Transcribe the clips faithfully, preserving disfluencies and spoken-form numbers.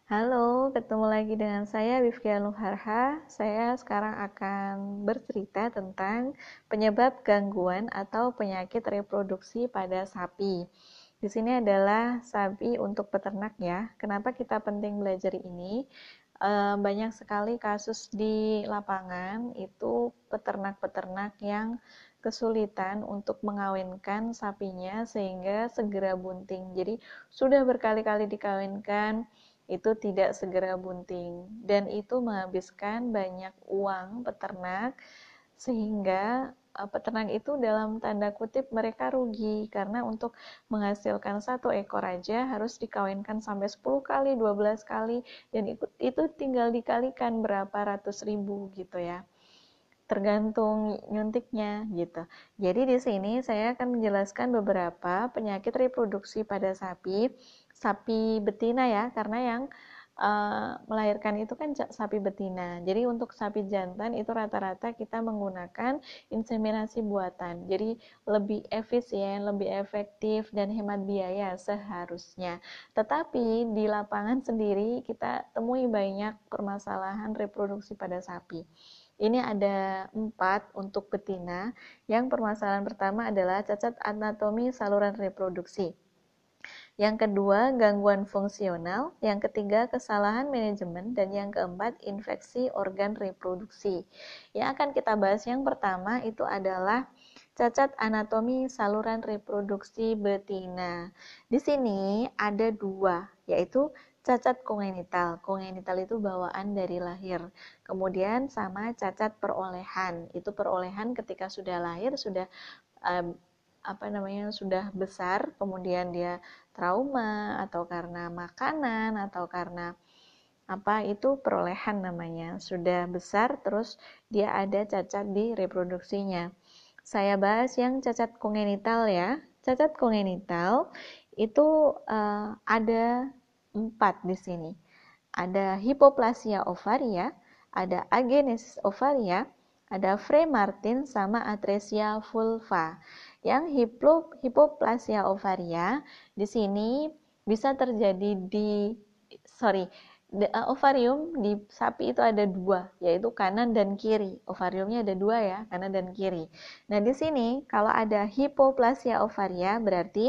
Halo, ketemu lagi dengan saya Wifkia Nuharha. Saya sekarang akan bercerita tentang penyebab gangguan atau penyakit reproduksi pada sapi. Di sini adalah sapi untuk peternak ya. Kenapa kita penting belajar ini? E, banyak sekali kasus di lapangan itu peternak-peternak yang kesulitan untuk mengawinkan sapinya sehingga segera bunting. Jadi sudah berkali-kali dikawinkan, itu tidak segera bunting dan itu menghabiskan banyak uang peternak sehingga uh, peternak itu dalam tanda kutip mereka rugi karena untuk menghasilkan satu ekor aja harus dikawinkan sampai sepuluh kali, dua belas kali dan itu, itu tinggal dikalikan berapa ratus ribu gitu ya. Tergantung nyuntiknya gitu. Jadi di sini saya akan menjelaskan beberapa penyakit reproduksi pada sapi, sapi betina ya, karena yang uh, melahirkan itu kan sapi betina. Jadi untuk sapi jantan itu rata-rata kita menggunakan inseminasi buatan. Jadi lebih efisien, lebih efektif dan hemat biaya seharusnya. Tetapi di lapangan sendiri kita temui banyak permasalahan reproduksi pada sapi. Ini ada empat untuk betina. Yang permasalahan pertama adalah cacat anatomi saluran reproduksi. Yang kedua, gangguan fungsional. Yang ketiga, kesalahan manajemen. Dan yang keempat, infeksi organ reproduksi. Yang akan kita bahas yang pertama itu adalah cacat anatomi saluran reproduksi betina. Di sini ada dua, yaitu cacat kongenital. Kongenital itu bawaan dari lahir. Kemudian sama cacat perolehan. Itu perolehan ketika sudah lahir, sudah um, apa namanya sudah besar, kemudian dia trauma atau karena makanan atau karena apa itu perolehan namanya. Sudah besar terus dia ada cacat di reproduksinya. Saya bahas yang cacat kongenital ya. Cacat kongenital itu uh, ada empat di sini. Ada hipoplasia ovaria, ada agenesis ovaria, ada Frey-Martin sama atresia vulva. Yang hipo, hipoplasia ovaria di sini bisa terjadi di sorry The, uh, ovarium di sapi itu ada dua, yaitu kanan dan kiri. Ovariumnya ada dua ya, kanan dan kiri. Nah di sini kalau ada hipoplasia ovaria berarti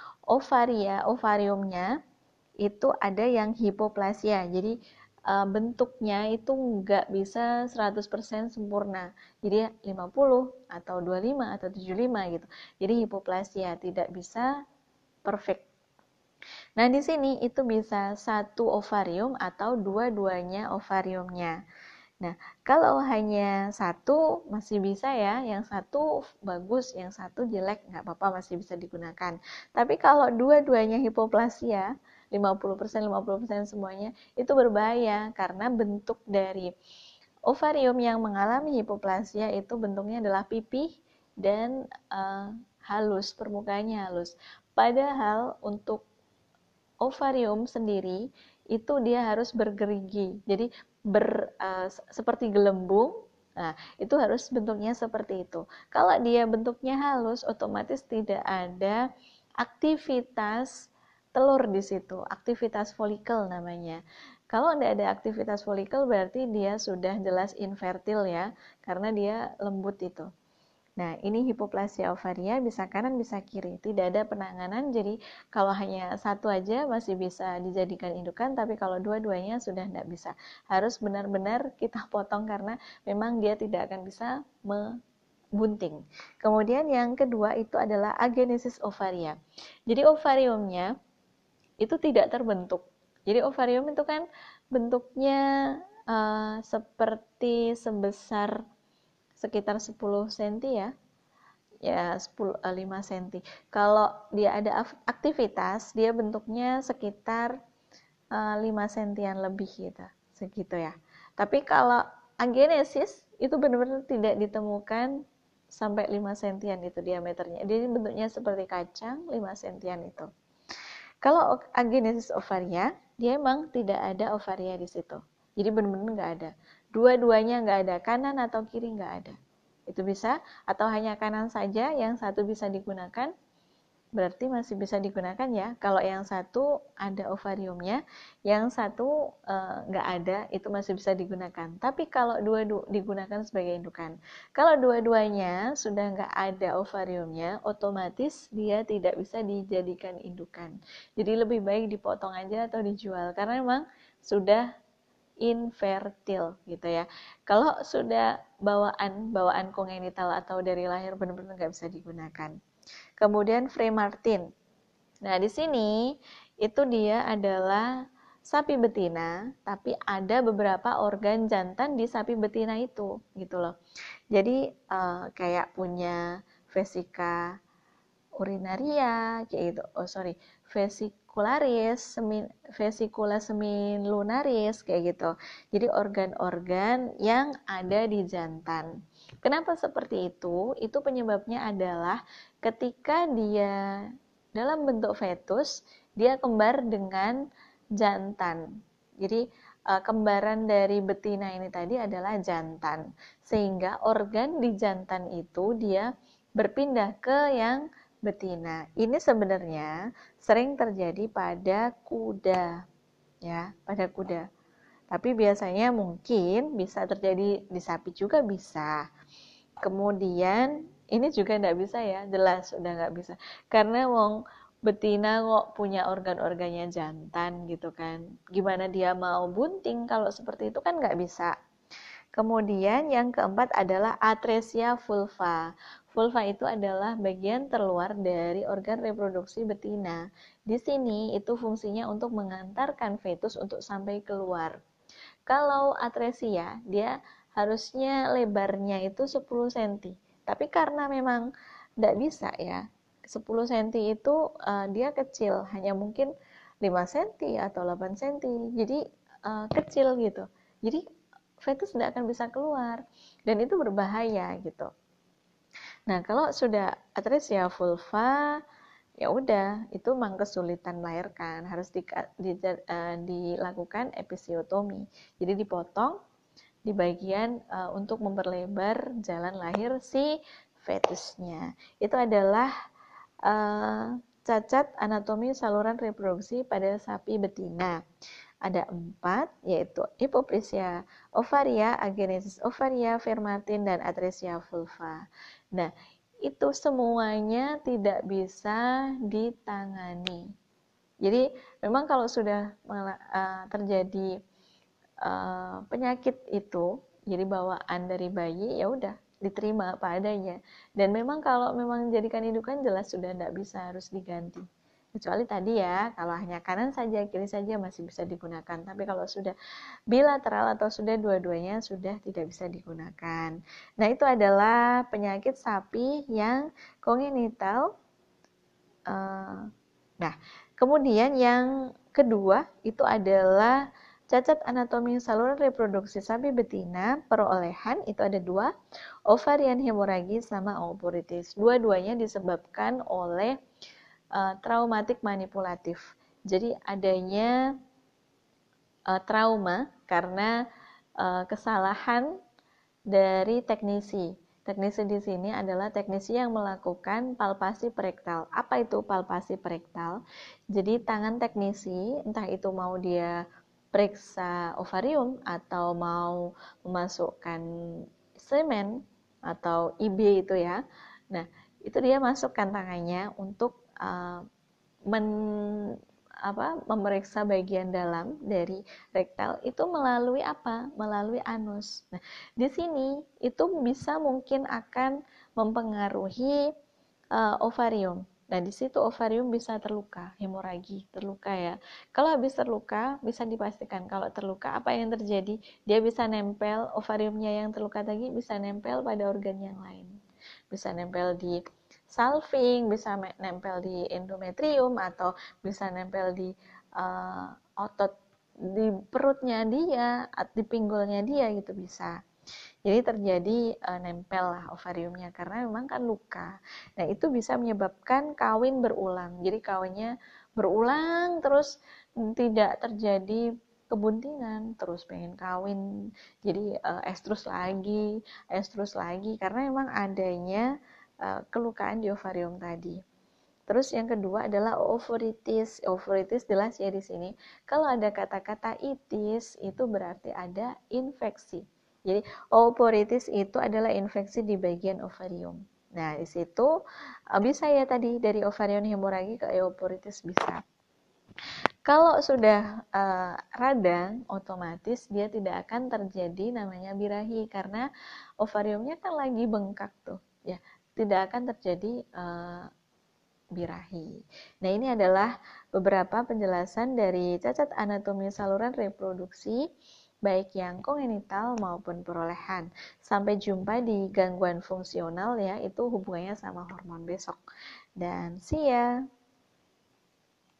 ovaria ovariumnya itu ada yang hipoplasia. Jadi uh, bentuknya itu nggak bisa seratus persen sempurna. Jadi lima puluh atau dua puluh lima atau tujuh puluh lima gitu. Jadi hipoplasia tidak bisa perfect. Nah, di sini itu bisa satu ovarium atau dua-duanya ovariumnya. Nah, kalau hanya satu masih bisa ya, yang satu bagus, yang satu jelek, nggak apa-apa masih bisa digunakan. Tapi kalau dua-duanya hipoplasia, lima puluh persen, lima puluh persen semuanya, itu berbahaya karena bentuk dari ovarium yang mengalami hipoplasia itu bentuknya adalah pipih dan uh, halus, permukaannya halus. Padahal untuk ovarium sendiri itu dia harus bergerigi, jadi ber, uh, seperti gelembung. Nah, itu harus bentuknya seperti itu. Kalau dia bentuknya halus, otomatis tidak ada aktivitas telur di situ, aktivitas folikel namanya. Kalau tidak ada aktivitas folikel berarti dia sudah jelas infertil ya, karena dia lembut itu. Nah, ini hipoplasia ovaria bisa kanan bisa kiri, tidak ada penanganan. Jadi kalau hanya satu aja masih bisa dijadikan indukan, tapi kalau dua-duanya sudah tidak bisa. Harus benar-benar kita potong karena memang dia tidak akan bisa membunting. Kemudian yang kedua itu adalah agenesis ovaria. Jadi ovariumnya itu tidak terbentuk. Jadi ovarium itu kan bentuknya uh, seperti sebesar sekitar sepuluh sentimeter ya, ya sepuluh, lima sentimeter. Kalau dia ada aktivitas, dia bentuknya sekitar uh, lima sentimeter lebih gitu, segitu ya. Tapi kalau agenesis itu benar-benar tidak ditemukan sampai lima sentimeter itu diameternya. Jadi bentuknya seperti kacang, lima sentimeter itu. Kalau agenesis ovaria, dia emang tidak ada ovaria di situ. Jadi benar-benar nggak ada. Dua-duanya nggak ada, kanan atau kiri nggak ada. Itu bisa, atau hanya kanan saja, yang satu bisa digunakan, berarti masih bisa digunakan ya. Kalau yang satu ada ovariumnya, yang satu nggak uh, ada, itu masih bisa digunakan. Tapi kalau dua du- digunakan sebagai indukan. Kalau dua-duanya sudah nggak ada ovariumnya, otomatis dia tidak bisa dijadikan indukan. Jadi lebih baik dipotong aja atau dijual, karena memang sudah infertil gitu ya. Kalau sudah bawaan bawaan kongenital atau dari lahir benar-benar nggak bisa digunakan. Kemudian Frey Martin. Nah, di sini itu dia adalah sapi betina, tapi ada beberapa organ jantan di sapi betina itu, gitu loh. Jadi uh, kayak punya vesika urinaria, kayak gitu. Oh sorry, vesicularis, semin, vesicula semilunaris, kayak gitu. Jadi organ-organ yang ada di jantan. Kenapa seperti itu? Itu penyebabnya adalah ketika dia dalam bentuk fetus, dia kembar dengan jantan. Jadi kembaran dari betina ini tadi adalah jantan. Sehingga organ di jantan itu dia berpindah ke yang betina. Ini sebenarnya sering terjadi pada kuda, ya, pada kuda. Tapi biasanya mungkin bisa terjadi di sapi juga bisa. Kemudian ini juga nggak bisa ya, jelas udah nggak bisa. Karena wong betina kok punya organ-organnya jantan gitu kan. Gimana dia mau bunting kalau seperti itu kan nggak bisa. Kemudian yang keempat adalah atresia vulva. Vulva itu adalah bagian terluar dari organ reproduksi betina. Di sini itu fungsinya untuk mengantarkan fetus untuk sampai keluar. Kalau atresia, dia harusnya lebarnya itu sepuluh sentimeter. Tapi karena memang tidak bisa ya, sepuluh sentimeter itu uh, dia kecil, hanya mungkin lima sentimeter atau delapan sentimeter. Jadi uh, kecil gitu. Jadi fetus tidak akan bisa keluar dan itu berbahaya gitu. Nah, kalau sudah atresia vulva, ya udah itu memang kesulitan melahirkan, harus di, di, uh, dilakukan episiotomi. Jadi dipotong di bagian uh, untuk memperlebar jalan lahir si fetusnya. Itu adalah uh, cacat anatomi saluran reproduksi pada sapi betina. Ada empat, yaitu hipoplasia ovaria, agenesis ovaria, Vermartin, dan atresia vulva. Nah, itu semuanya tidak bisa ditangani. Jadi, memang kalau sudah uh, terjadi uh, penyakit itu, jadi bawaan dari bayi, ya udah diterima apa adanya. Dan memang kalau memang jadikan indukan jelas sudah tidak bisa, harus diganti. Kecuali tadi ya, kalau hanya kanan saja, kiri saja masih bisa digunakan. Tapi kalau sudah bilateral atau sudah dua-duanya sudah tidak bisa digunakan. Nah, itu adalah penyakit sapi yang kongenital. Nah, kemudian yang kedua itu adalah cacat anatomi saluran reproduksi sapi betina perolehan, itu ada dua, ovarian hemoragis sama ovaritis. Dua-duanya disebabkan oleh Uh, traumatik manipulatif. Jadi adanya uh, trauma karena uh, kesalahan dari teknisi. Teknisi di sini adalah teknisi yang melakukan palpasi perektal. Apa itu palpasi perektal? Jadi tangan teknisi, entah itu mau dia periksa ovarium atau mau memasukkan semen atau I B itu ya. Nah, itu dia masukkan tangannya untuk uh, men, apa, memeriksa bagian dalam dari rektal itu melalui apa? Melalui anus. Nah, di sini itu bisa mungkin akan mempengaruhi uh, ovarium. Nah, di situ ovarium bisa terluka, hemoragi, terluka ya. Kalau habis terluka, bisa dipastikan kalau terluka apa yang terjadi? Dia bisa nempel, ovariumnya yang terluka tadi bisa nempel pada organ yang lain. Bisa nempel di salving, bisa nempel di endometrium atau bisa nempel di uh, otot di perutnya dia, di pinggulnya dia gitu bisa. Jadi terjadi uh, nempel lah ovariumnya karena memang kan luka. Nah, itu bisa menyebabkan kawin berulang. Jadi kawinnya berulang terus tidak terjadi kebuntingan, terus pengen kawin. Jadi uh, estrus lagi, estrus lagi karena memang adanya uh, kelukaan di ovarium tadi. Terus yang kedua adalah oovoritis. Oovoritis jelas ya di sini. Kalau ada kata-kata itis itu berarti ada infeksi. Jadi oovoritis itu adalah infeksi di bagian ovarium. Nah, di situ bisa ya tadi dari ovarium hemoragi ke oovoritis bisa. Kalau sudah uh, radang, otomatis dia tidak akan terjadi namanya birahi karena ovariumnya kan lagi bengkak tuh, ya tidak akan terjadi uh, birahi. Nah, ini adalah beberapa penjelasan dari cacat anatomi saluran reproduksi baik yang kongenital maupun perolehan. Sampai jumpa di gangguan fungsional ya, itu hubungannya sama hormon besok. Dan see ya.